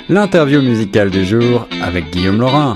L'interview musicale du jour avec Guillaume Laurin.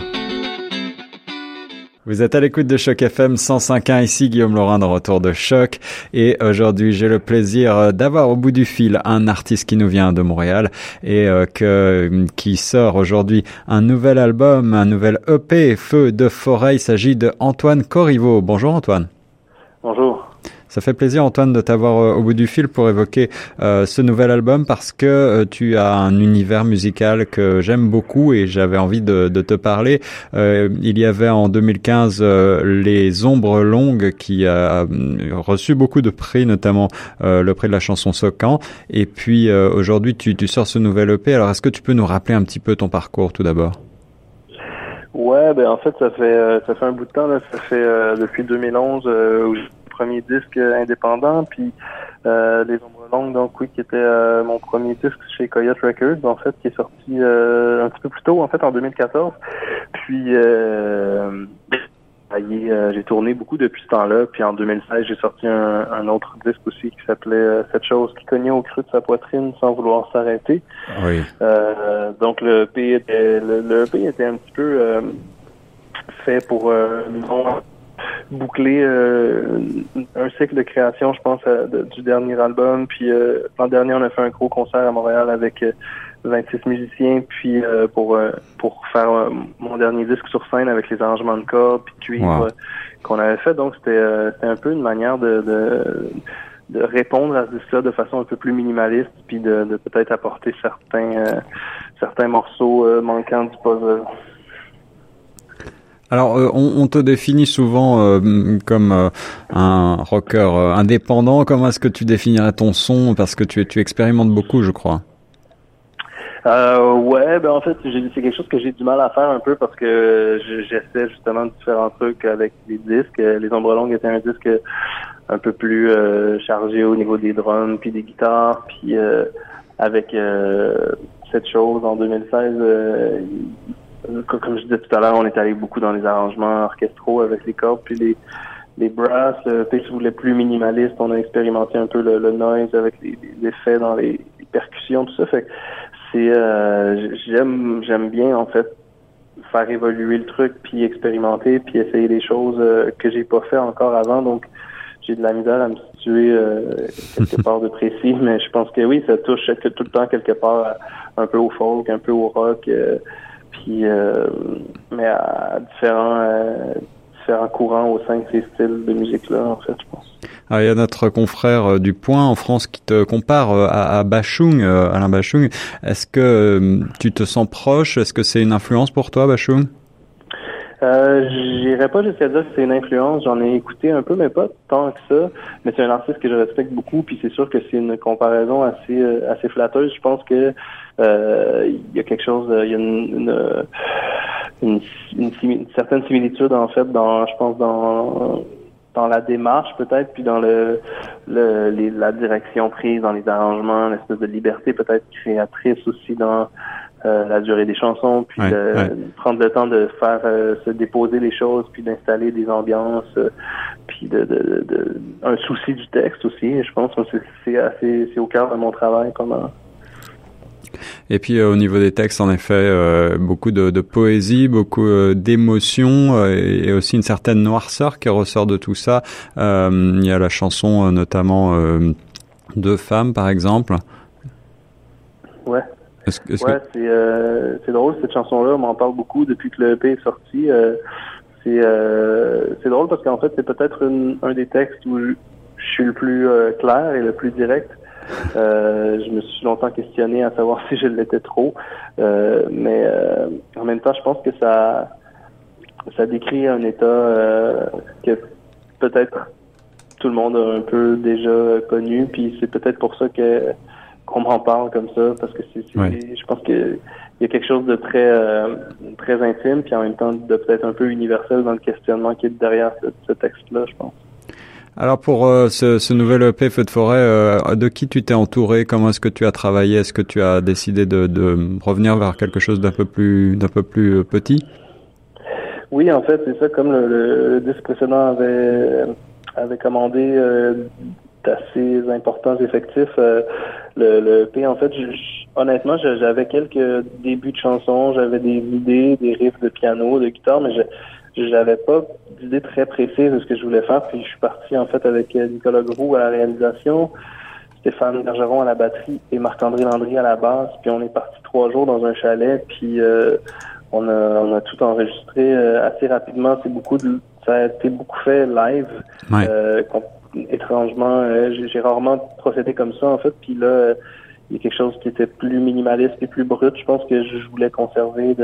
Vous êtes à l'écoute de Choc FM 105.1, ici Guillaume Laurin de retour de Choc. Et aujourd'hui, j'ai le plaisir d'avoir au bout du fil un artiste qui nous vient de Montréal et qui sort aujourd'hui un nouvel album, un nouvel EP, Feu de forêt. Il s'agit de Antoine Corriveau. Bonjour Antoine. Bonjour. Ça fait plaisir Antoine de t'avoir au bout du fil pour évoquer ce nouvel album parce que tu as un univers musical que j'aime beaucoup et j'avais envie de te parler. Il y avait en 2015 Les Ombres Longues qui a reçu beaucoup de prix, notamment le prix de la chanson Socan. Et puis aujourd'hui tu sors ce nouvel EP. Alors est-ce que tu peux nous rappeler un petit peu ton parcours tout d'abord? Ouais, ben en fait ça fait un bout de temps là. Ça fait depuis 2011 où j'ai premier disque indépendant, puis Les Ombres Longues, donc oui, qui était mon premier disque chez Coyote Records, en fait, qui est sorti un petit peu plus tôt, en fait, en 2014. Puis j'ai tourné beaucoup depuis ce temps-là, puis en 2016, j'ai sorti un autre disque aussi qui s'appelait Cette chose qui cognait au creux de sa poitrine sans vouloir s'arrêter. Oui. Donc le EP était un petit peu fait pour boucler un cycle de création, je pense, du dernier album. Puis l'an dernier, on a fait un gros concert à Montréal avec 26 musiciens, puis pour faire mon dernier disque sur scène avec les arrangements de cordes puis de cuivre qu'on avait fait. Donc c'était un peu une manière de répondre à ce disque-là de façon un peu plus minimaliste, puis de peut-être apporter certains morceaux manquants du puzzle. Alors, on te définit souvent comme un rocker indépendant. Comment est-ce que tu définirais ton son? Parce que tu expérimentes beaucoup, je crois. Ouais, ben en fait, c'est quelque chose que j'ai du mal à faire un peu parce que j'essaie justement différents trucs avec les disques. Les Ombres Longues étaient un disque un peu plus chargé au niveau des drums puis des guitares, puis avec Cette chose en 2016. Comme je disais tout à l'heure, on est allé beaucoup dans les arrangements orchestraux avec les cordes puis les brasses. Puis je voulais plus minimaliste. On a expérimenté un peu le noise avec les effets dans les percussions, tout ça. Fait que j'aime bien en fait faire évoluer le truc puis expérimenter puis essayer des choses que j'ai pas fait encore avant. Donc j'ai de la misère à me situer quelque part de précis, mais je pense que oui, ça touche tout le temps quelque part un peu au folk, un peu au rock. Puis, mais à différents courants au sein de ces styles de musique-là, en fait, je pense. Alors, il y a notre confrère du Point en France qui te compare à Bashung, Alain Bashung. Est-ce que tu te sens proche? Est-ce que c'est une influence pour toi, Bashung? J'irais pas jusqu'à dire que c'est une influence. J'en ai écouté un peu, mais pas tant que ça. Mais c'est un artiste que je respecte beaucoup, puis c'est sûr que c'est une comparaison assez flatteuse. Je pense que il y a quelque chose, il y a une certaine similitude en fait dans la démarche peut-être, puis dans la direction prise dans les arrangements, l'espèce de liberté peut-être créatrice aussi dans la durée des chansons, puis prendre le temps de faire se déposer les choses, puis d'installer des ambiances, puis un souci du texte aussi. Je pense que c'est au cœur de mon travail comment. Et puis au niveau des textes, en effet, beaucoup de poésie, beaucoup d'émotion et aussi une certaine noirceur qui ressort de tout ça. Il y a la chanson notamment Deux femmes, par exemple. Ouais. C'est drôle cette chanson-là. On m'en parle beaucoup depuis que le EP est sorti. C'est drôle parce qu'en fait c'est peut-être un des textes où je suis le plus clair et le plus direct. Je me suis longtemps questionné à savoir si je l'étais trop, mais en même temps, je pense que ça décrit un état que peut-être tout le monde a un peu déjà connu, puis c'est peut-être pour ça qu'on m'en parle comme ça, parce que je pense que il y a quelque chose de très intime, puis en même temps de peut-être un peu universel dans le questionnement qui est derrière ce texte-là, je pense. Alors pour ce nouvel EP Feu de forêt, de qui tu t'es entouré? Comment est-ce que tu as travaillé? Est-ce que tu as décidé de revenir vers quelque chose d'un peu plus petit? Oui, en fait, c'est ça. Comme le disque précédent avait commandé d'assez importants effectifs. Le EP, en fait, honnêtement, j'avais quelques débuts de chansons, j'avais des idées, des riffs de piano, de guitare, mais j'avais pas d'idée très précise de ce que je voulais faire. Puis je suis parti en fait avec Nicolas Groux à la réalisation, Stéphane Bergeron à la batterie et Marc-André Landry à la basse. Puis on est parti 3 jours dans un chalet, puis on a tout enregistré assez rapidement. Ça a été beaucoup fait live. Ouais. Étrangement, j'ai rarement procédé comme ça en fait. Puis là, il y a quelque chose qui était plus minimaliste et plus brut. Je pense que je voulais conserver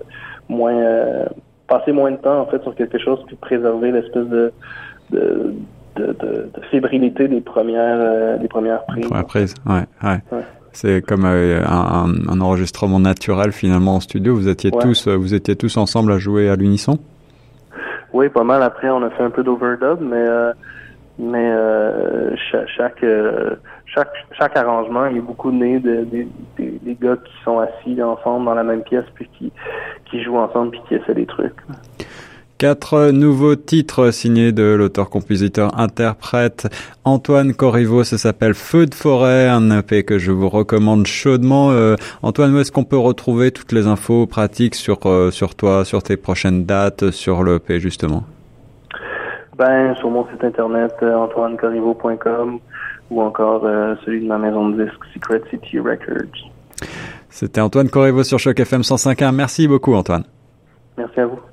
passer moins de temps en fait sur quelque chose puis préserver l'espèce de fébrilité des premières prises. Première prise, ouais. C'est comme un enregistrement naturel finalement en studio. Vous étiez tous ensemble à jouer à l'unisson? Oui, pas mal. Après, on a fait un peu d'overdub, mais chaque arrangement il est beaucoup né des gars qui sont assis ensemble dans la même pièce puis qui jouent ensemble puis qui essaient des trucs. 4 nouveaux titres signés de l'auteur-compositeur-interprète Antoine Corriveau. Ça s'appelle Feu de forêt, un EP que je vous recommande chaudement. Antoine, où est-ce qu'on peut retrouver toutes les infos pratiques sur toi, sur tes prochaines dates, sur le EP justement? Sur mon site internet antoinecorriveau.com ou encore celui de ma maison de disques Secret City Records. C'était Antoine Corriveau sur Choc FM 105.1. Merci beaucoup Antoine. Merci à vous.